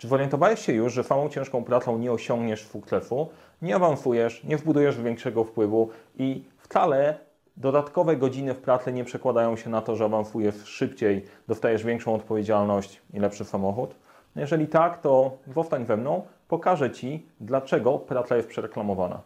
Czy zorientowałeś się już, że samą ciężką pracą nie osiągniesz sukcesu, nie awansujesz, nie wbudujesz większego wpływu i wcale dodatkowe godziny w pracy nie przekładają się na to, że awansujesz szybciej, dostajesz większą odpowiedzialność i lepszy samochód? No jeżeli tak, to zostań ze mną, pokażę Ci, dlaczego praca jest przereklamowana.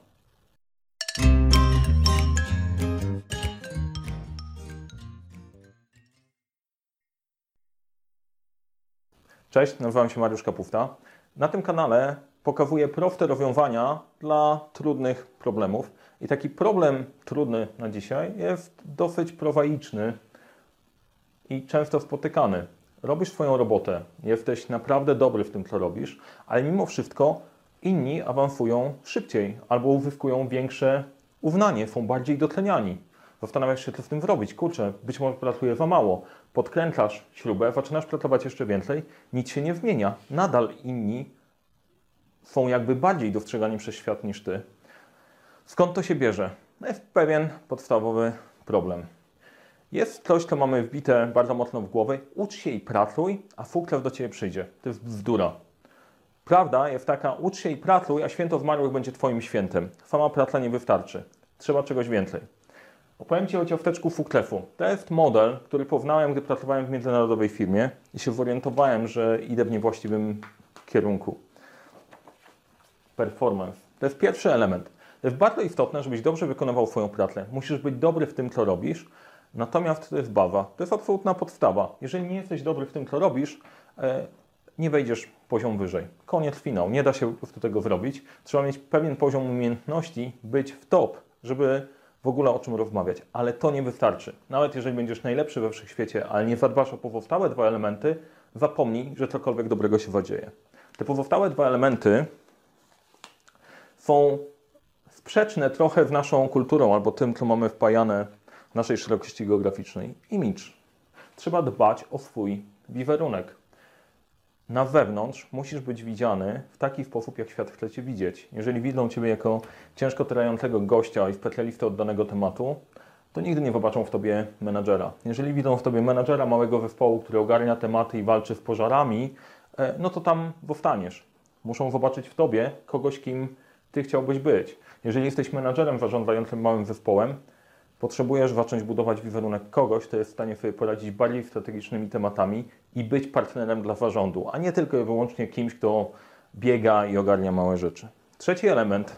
Cześć, nazywam się Mariusz Kapufta. Na tym kanale pokazuję proste rozwiązania dla trudnych problemów. I taki problem trudny na dzisiaj jest dosyć prozaiczny i często spotykany. Robisz swoją robotę, jesteś naprawdę dobry w tym, co robisz, ale mimo wszystko inni awansują szybciej albo uzyskują większe uznanie, są bardziej doceniani. Zastanawiasz się, co z tym zrobić. Kurczę, być może pracuje za mało. Podkręcasz śrubę, zaczynasz pracować jeszcze więcej, nic się nie zmienia. Nadal inni są jakby bardziej dostrzegani przez świat niż ty. Skąd to się bierze? No jest pewien podstawowy problem. Jest coś, co mamy wbite bardzo mocno w głowę. Ucz się i pracuj, a sukces do ciebie przyjdzie. To jest bzdura. Prawda jest taka, ucz się i pracuj, a święto zmarłych będzie twoim świętem. Sama praca nie wystarczy. Trzeba czegoś więcej. Opowiem Ci o ciasteczku sukcesu. To jest model, który poznałem, gdy pracowałem w międzynarodowej firmie i się zorientowałem, że idę w niewłaściwym kierunku. Performance. To jest pierwszy element. To jest bardzo istotne, żebyś dobrze wykonywał swoją pracę. Musisz być dobry w tym, co robisz, natomiast to jest baza. To jest absolutna podstawa. Jeżeli nie jesteś dobry w tym, co robisz, nie wejdziesz poziom wyżej. Koniec, finał. Nie da się po prostu tego zrobić. Trzeba mieć pewien poziom umiejętności, być w top, żeby w ogóle o czym rozmawiać, ale to nie wystarczy. Nawet jeżeli będziesz najlepszy we wszechświecie, ale nie zadbasz o pozostałe dwa elementy, zapomnij, że cokolwiek dobrego się zadzieje. Te pozostałe dwa elementy są sprzeczne trochę z naszą kulturą albo tym, co mamy wpajane w naszej szerokości geograficznej. Image. Trzeba dbać o swój wizerunek. Na wewnątrz musisz być widziany w taki sposób, jak świat chce Cię widzieć. Jeżeli widzą Ciebie jako ciężko trającego gościa i specjalistę od danego tematu, to nigdy nie zobaczą w Tobie menadżera. Jeżeli widzą w Tobie menadżera małego zespołu, który ogarnia tematy i walczy z pożarami, no to tam powstaniesz. Muszą zobaczyć w Tobie kogoś, kim Ty chciałbyś być. Jeżeli jesteś menadżerem zarządzającym małym zespołem, potrzebujesz zacząć budować wizerunek kogoś, kto jest w stanie sobie poradzić bardziej strategicznymi tematami i być partnerem dla zarządu, a nie tylko i wyłącznie kimś, kto biega i ogarnia małe rzeczy. Trzeci element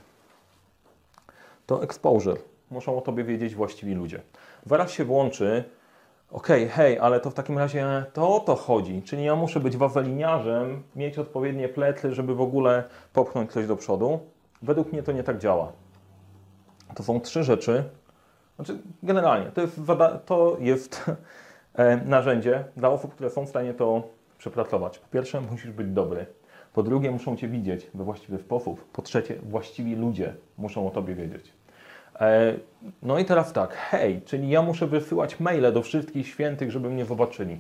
to exposure. Muszą o Tobie wiedzieć właściwi ludzie. Zaraz się włączy, hej, ale to w takim razie to o to chodzi, czyli ja muszę być waweliniarzem, mieć odpowiednie plecy, żeby w ogóle popchnąć coś do przodu. Według mnie to nie tak działa. To są trzy rzeczy. Znaczy, generalnie, to jest narzędzie dla osób, które są w stanie to przepracować. Po pierwsze, musisz być dobry. Po drugie, muszą Cię widzieć we właściwy sposób. Po trzecie, właściwi ludzie muszą o Tobie wiedzieć. No i teraz tak, hej, czyli ja muszę wysyłać maile do wszystkich świętych, żeby mnie zobaczyli.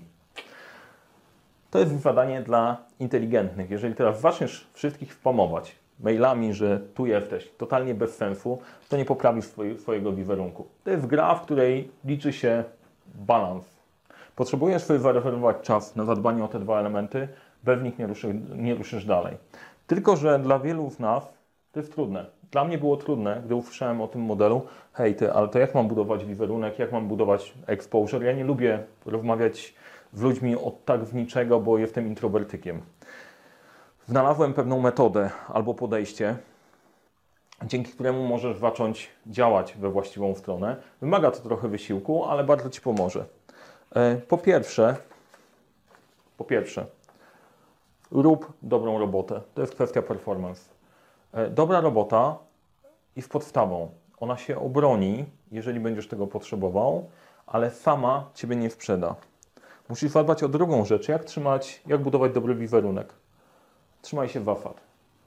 To jest zadanie dla inteligentnych. Jeżeli teraz zaczniesz wszystkich spamować mailami, że tu jesteś, totalnie bez sensu, to nie poprawisz swojego wizerunku. To jest gra, w której liczy się balans. Potrzebujesz sobie zarezerwować czas na zadbanie o te dwa elementy, bez nich nie ruszysz dalej. Tylko że dla wielu z nas to jest trudne. Dla mnie było trudne, gdy usłyszałem o tym modelu. Hej ty, ale to jak mam budować wizerunek, jak mam budować exposure? Ja nie lubię rozmawiać z ludźmi od tak z niczego, bo jestem introwertykiem. Znalazłem pewną metodę albo podejście, dzięki któremu możesz zacząć działać we właściwą stronę. Wymaga to trochę wysiłku, ale bardzo Ci pomoże. Po pierwsze, rób dobrą robotę. To jest kwestia performance. Dobra robota jest podstawą. Ona się obroni, jeżeli będziesz tego potrzebował, ale sama Ciebie nie sprzeda. Musisz zadbać o drugą rzecz, jak budować dobry wizerunek. Trzymaj się zasad.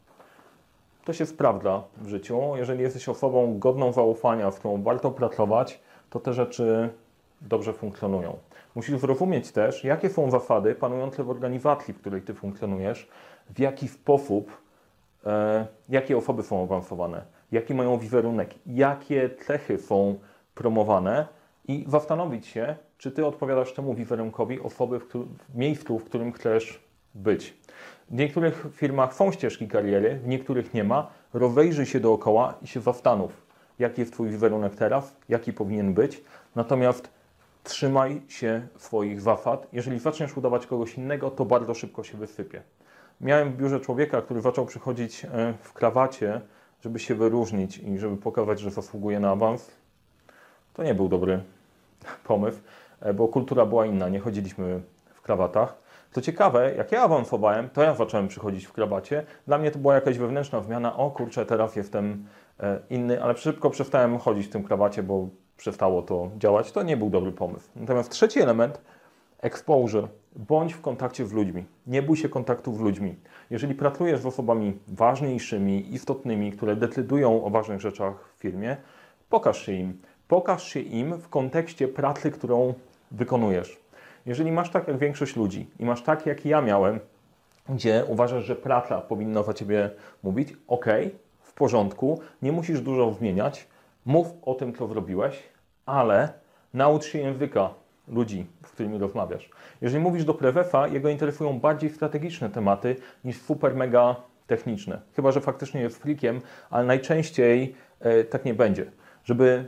To się sprawdza w życiu. Jeżeli jesteś osobą godną zaufania, z którą warto pracować, to te rzeczy dobrze funkcjonują. Musisz zrozumieć też, jakie są zasady panujące w organizacji, w której Ty funkcjonujesz, w jaki sposób, jakie osoby są awansowane, jaki mają wizerunek, jakie cechy są promowane i zastanowić się, czy Ty odpowiadasz temu wizerunkowi osoby w miejscu, w którym chcesz być. W niektórych firmach są ścieżki kariery, w niektórych nie ma. Rozejrzyj się dookoła i się zastanów, jaki jest Twój wizerunek teraz, jaki powinien być. Natomiast trzymaj się swoich zasad. Jeżeli zaczniesz udawać kogoś innego, to bardzo szybko się wysypie. Miałem w biurze człowieka, który zaczął przychodzić w krawacie, żeby się wyróżnić i żeby pokazać, że zasługuje na awans. To nie był dobry pomysł, bo kultura była inna, nie chodziliśmy w krawatach. Co ciekawe, jak ja awansowałem, to ja zacząłem przychodzić w krawacie. Dla mnie to była jakaś wewnętrzna zmiana. O kurczę, teraz jestem inny, ale szybko przestałem chodzić w tym krawacie, bo przestało to działać. To nie był dobry pomysł. Natomiast trzeci element, exposure. Bądź w kontakcie z ludźmi. Nie bój się kontaktu z ludźmi. Jeżeli pracujesz z osobami ważniejszymi, istotnymi, które decydują o ważnych rzeczach w firmie, pokaż się im. Pokaż się im w kontekście pracy, którą wykonujesz. Jeżeli masz tak jak większość ludzi i masz tak jak ja miałem, gdzie uważasz, że praca powinna za Ciebie mówić, ok, w porządku, nie musisz dużo zmieniać, mów o tym, co zrobiłeś, ale naucz się języka ludzi, z którymi rozmawiasz. Jeżeli mówisz do prezesa, jego interesują bardziej strategiczne tematy niż super mega techniczne. Chyba że faktycznie jest freakiem, ale najczęściej tak nie będzie. Żeby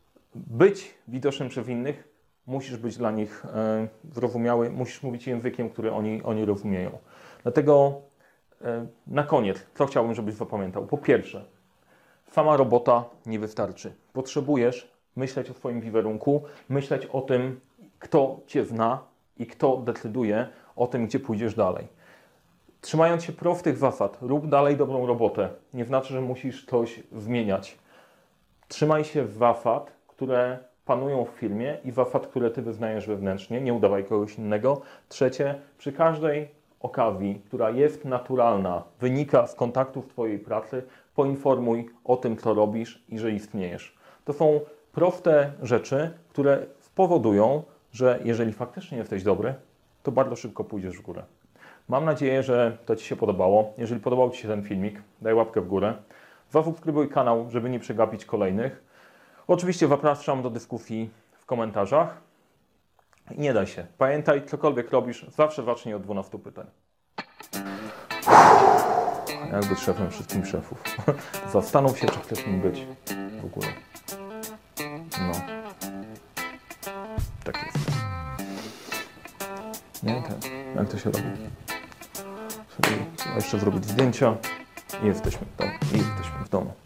być widocznym przez innych, musisz być dla nich zrozumiały, musisz mówić językiem, który oni rozumieją. Dlatego na koniec, co chciałbym, żebyś zapamiętał. Po pierwsze, sama robota nie wystarczy. Potrzebujesz myśleć o swoim wizerunku, myśleć o tym, kto Cię zna i kto decyduje o tym, gdzie pójdziesz dalej. Trzymając się prostych zasad, rób dalej dobrą robotę. Nie znaczy, że musisz coś zmieniać. Trzymaj się zasad, które panują w firmie i zasad, które Ty wyznajesz wewnętrznie. Nie udawaj kogoś innego. Trzecie, przy każdej okazji, która jest naturalna, wynika z kontaktów Twojej pracy, poinformuj o tym, co robisz i że istniejesz. To są proste rzeczy, które spowodują, że jeżeli faktycznie jesteś dobry, to bardzo szybko pójdziesz w górę. Mam nadzieję, że to Ci się podobało. Jeżeli podobał Ci się ten filmik, daj łapkę w górę. Zasubskrybuj kanał, żeby nie przegapić kolejnych. Oczywiście zapraszam do dyskusji w komentarzach. I nie daj się. Pamiętaj, cokolwiek robisz, zawsze zacznij od 12 pytań. Jak być szefem wszystkich szefów. Zastanów się, czy chcesz nim być w ogóle. No. Tak jest. Nie? Tak. Jak to się robi? Sobie jeszcze zrobić zdjęcia i jesteśmy w domu.